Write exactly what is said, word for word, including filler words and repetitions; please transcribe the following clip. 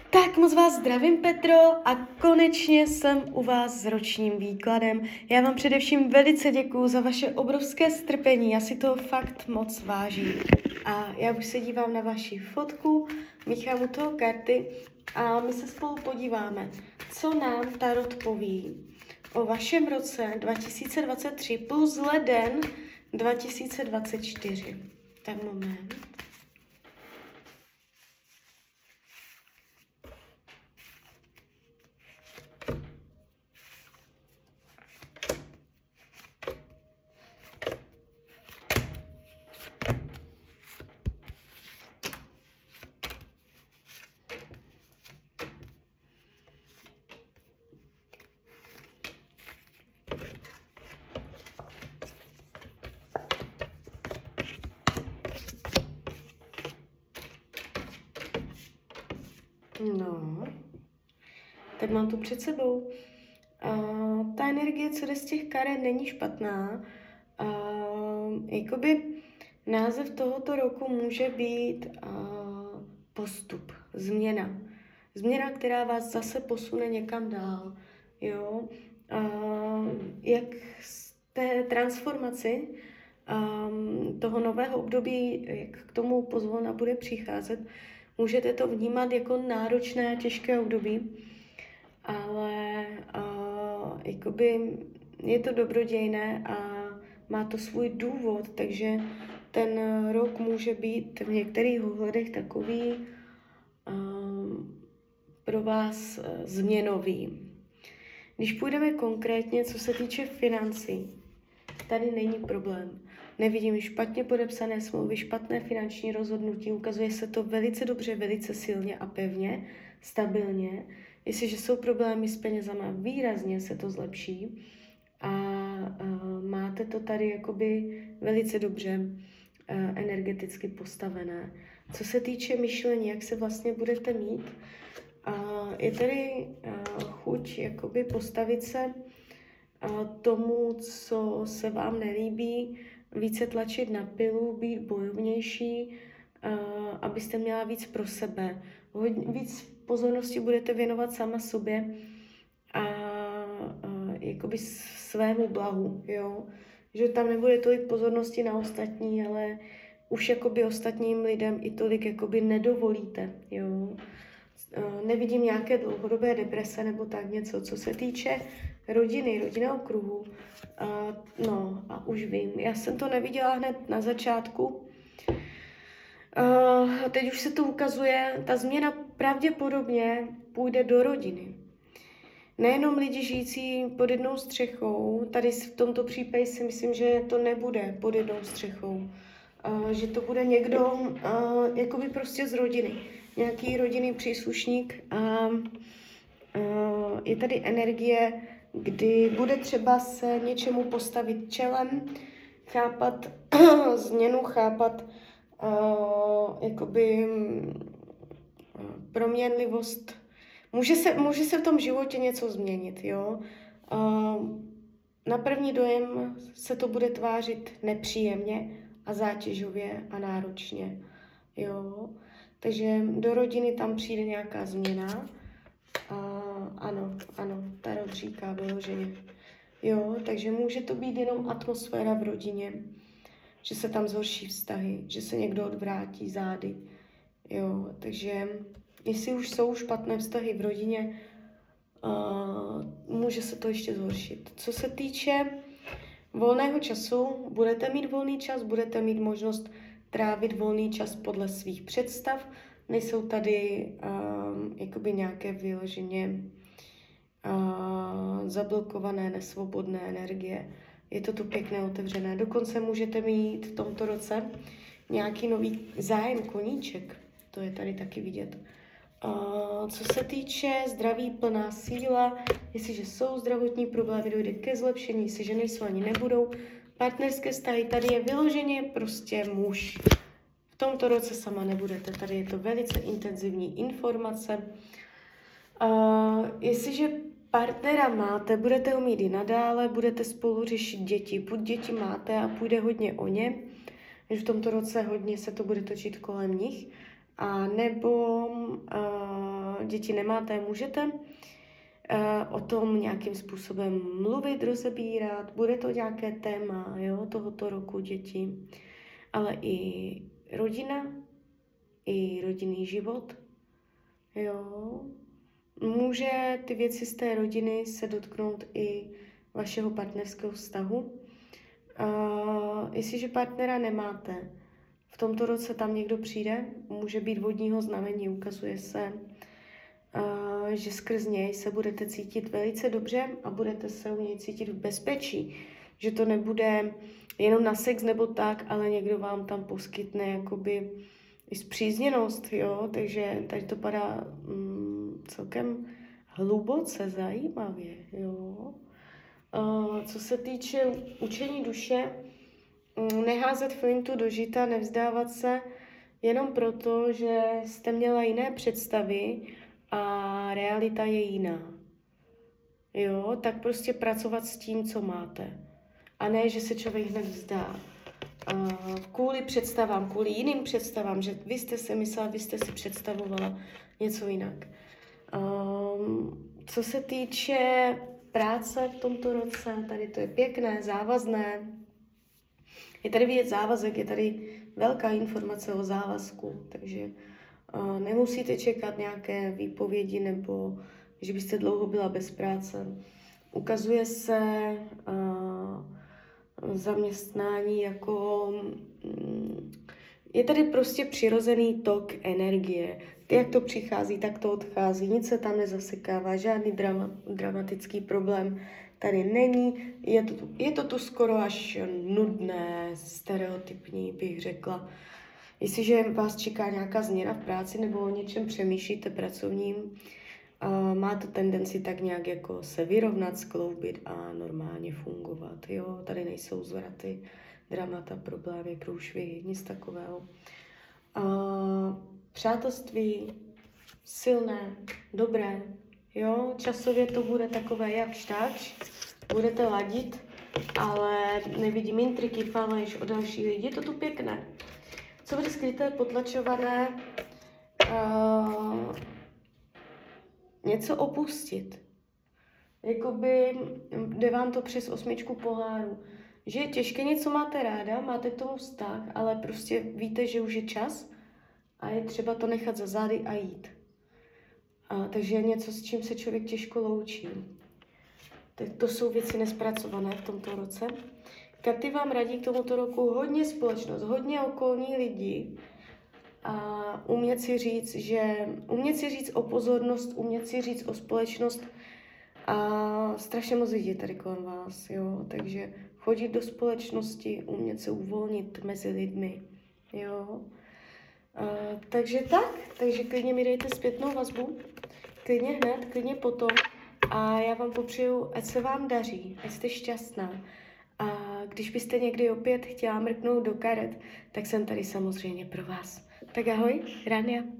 Tak moc vás zdravím, Petro, a konečně jsem u vás s ročním výkladem. Já vám především velice děkuju za vaše obrovské strpení, já si toho fakt moc vážím. A já už se dívám na vaši fotku, míchám u toho karty a my se spolu podíváme, co nám Tarot poví o vašem roce dva tisíce dvacet tři plus leden dva tisíce dvacet čtyři. Tak moment. No, tak mám tu před sebou. Uh, ta energie, co jde z těch karet, není špatná. Uh, jakoby název tohoto roku může být uh, postup, změna. Změna, která vás zase posune někam dál. Jo? Uh, jak z té transformaci um, toho nového období, jak k tomu pozvolna bude přicházet, můžete to vnímat jako náročné a těžké období, ale uh, jakoby je to dobrodějné a má to svůj důvod, takže ten rok může být v některých ohledech takový uh, pro vás uh, změnový. Když půjdeme konkrétně, co se týče financí, tady není problém. Nevidím špatně podepsané smlouvy, špatné finanční rozhodnutí, ukazuje se to velice dobře, velice silně a pevně, stabilně. Jestliže jsou problémy s penězama, výrazně se to zlepší a, a máte to tady jakoby velice dobře a, energeticky postavené. Co se týče myšlení, jak se vlastně budete mít, a, je tady a, chuť jakoby postavit se a, tomu, co se vám nelíbí, více tlačit na pilu, být bojovnější, uh, abyste měla víc pro sebe. Hodně, víc pozornosti budete věnovat sama sobě a uh, jakoby svému blahu, jo. Že tam nebude tolik pozornosti na ostatní, ale už jakoby ostatním lidem i tolik jakoby nedovolíte, jo. Uh, nevidím nějaké dlouhodobé deprese nebo tak něco. Co se týče rodiny, rodinného kruhu, uh, no a už vím, já jsem to neviděla hned na začátku. Uh, teď už se to ukazuje, ta změna pravděpodobně půjde do rodiny. Nejenom lidi žijící pod jednou střechou, tady v tomto případě si myslím, že to nebude pod jednou střechou. Uh, že to bude někdo uh, jakoby prostě z rodiny. Nějaký rodinný příslušník a uh, je tady energie, kdy bude třeba se něčemu postavit čelem, chápat změnu, chápat uh, jakoby uh, proměnlivost. Může se, může se v tom životě něco změnit, jo. Uh, na první dojem se to bude tvářit nepříjemně a zátěžově a náročně, jo. Takže do rodiny tam přijde nějaká změna. Uh, ano, ano, Tarot říká vyloženě. Jo, takže může to být jenom atmosféra v rodině, že se tam zhorší vztahy, že se někdo odvrátí zády. Jo, takže jestli už jsou špatné vztahy v rodině, uh, může se to ještě zhoršit. Co se týče volného času, budete mít volný čas, budete mít možnost trávit volný čas podle svých představ. Nejsou tady um, jakoby nějaké vyloženě uh, zablokované, nesvobodné energie. Je to tu pěkné, otevřené. Dokonce můžete mít v tomto roce nějaký nový zájem, koníček. To je tady taky vidět. Uh, co se týče zdraví, plná síla, jestliže jsou zdravotní problémy, dojde ke zlepšení, jestliže nejsou, ani nebudou. Partnerské vztahy, tady je vyloženě prostě muž. V tomto roce sama nebudete, tady je to velice intenzivní informace. Uh, jestliže partnera máte, budete ho mít i nadále, budete spolu řešit děti. Buď děti máte a půjde hodně o ně, že v tomto roce hodně se to bude točit kolem nich, a nebo uh, děti nemáte, můžete o tom nějakým způsobem mluvit, rozebírat, bude to nějaké téma, jo, tohoto roku děti, ale i rodina, i rodinný život, jo. Může ty věci z té rodiny se dotknout i vašeho partnerského vztahu. Uh, jestliže partnera nemáte, v tomto roce tam někdo přijde, může být vodního znamení, ukazuje se, Uh, že skrz něj se budete cítit velice dobře a budete se u něj cítit v bezpečí. Že to nebude jenom na sex nebo tak, ale někdo vám tam poskytne jakoby i spřízněnost, jo, takže tady to padá mm, celkem hluboce zajímavě, jo. Uh, co se týče učení duše, um, neházet flintu do žita, nevzdávat se jenom proto, že jste měla jiné představy a realita je jiná. Jo, tak prostě pracovat s tím, co máte. A ne, že se člověk hned vzdá. Uh, kvůli představám, kvůli jiným představám, že vy jste si myslela, vy jste si představovala něco jinak. Um, co se týče práce v tomto roce, tady to je pěkné, závazné. Je tady vidět závazek, je tady velká informace o závazku, takže uh, nemusíte čekat nějaké výpovědi nebo že byste dlouho byla bez práce. Ukazuje se uh, zaměstnání jako... Um, je tady prostě přirozený tok energie. Jak to přichází, tak to odchází. Nic se tam nezasekává, žádný drama, dramatický problém tady není. Je to, je to tu skoro až nudné, stereotypní, bych řekla. Jestliže vás čeká nějaká změna v práci nebo o něčem přemýšlíte pracovním, uh, má to tendenci tak nějak jako se vyrovnat, skloubit a normálně fungovat. Jo? Tady nejsou zvraty, dramata, problémy, průšvihy, nic takového. Uh, přátelství silné, dobré, jo, časově to bude takové jakž takž, budete ladit, ale nevidím intriky, faleš o další lidi, je to tu pěkné. Co bude skryté, potlačované, uh, něco opustit. Jakoby jde vám to přes osmičku poháru, že je těžké, něco máte ráda, máte k tomu vztah, ale prostě víte, že už je čas a je třeba to nechat za zády a jít. A, takže je něco, s čím se člověk těžko loučí. Tak to jsou věci nespracované v tomto roce. Karty vám radí k tomuto roku hodně společnost, hodně okolní lidi a umět si říct, že umět si říct o pozornost, umět si říct o společnost a strašně moc lidí tady kolem vás, jo, takže chodit do společnosti, umět se uvolnit mezi lidmi, jo. Uh, takže tak, takže klidně mi dejte zpětnou vazbu, klidně hned, klidně potom a já vám popřeju, ať se vám daří, ať jste šťastná a když byste někdy opět chtěla mrknout do karet, tak jsem tady samozřejmě pro vás. Tak ahoj, Rania.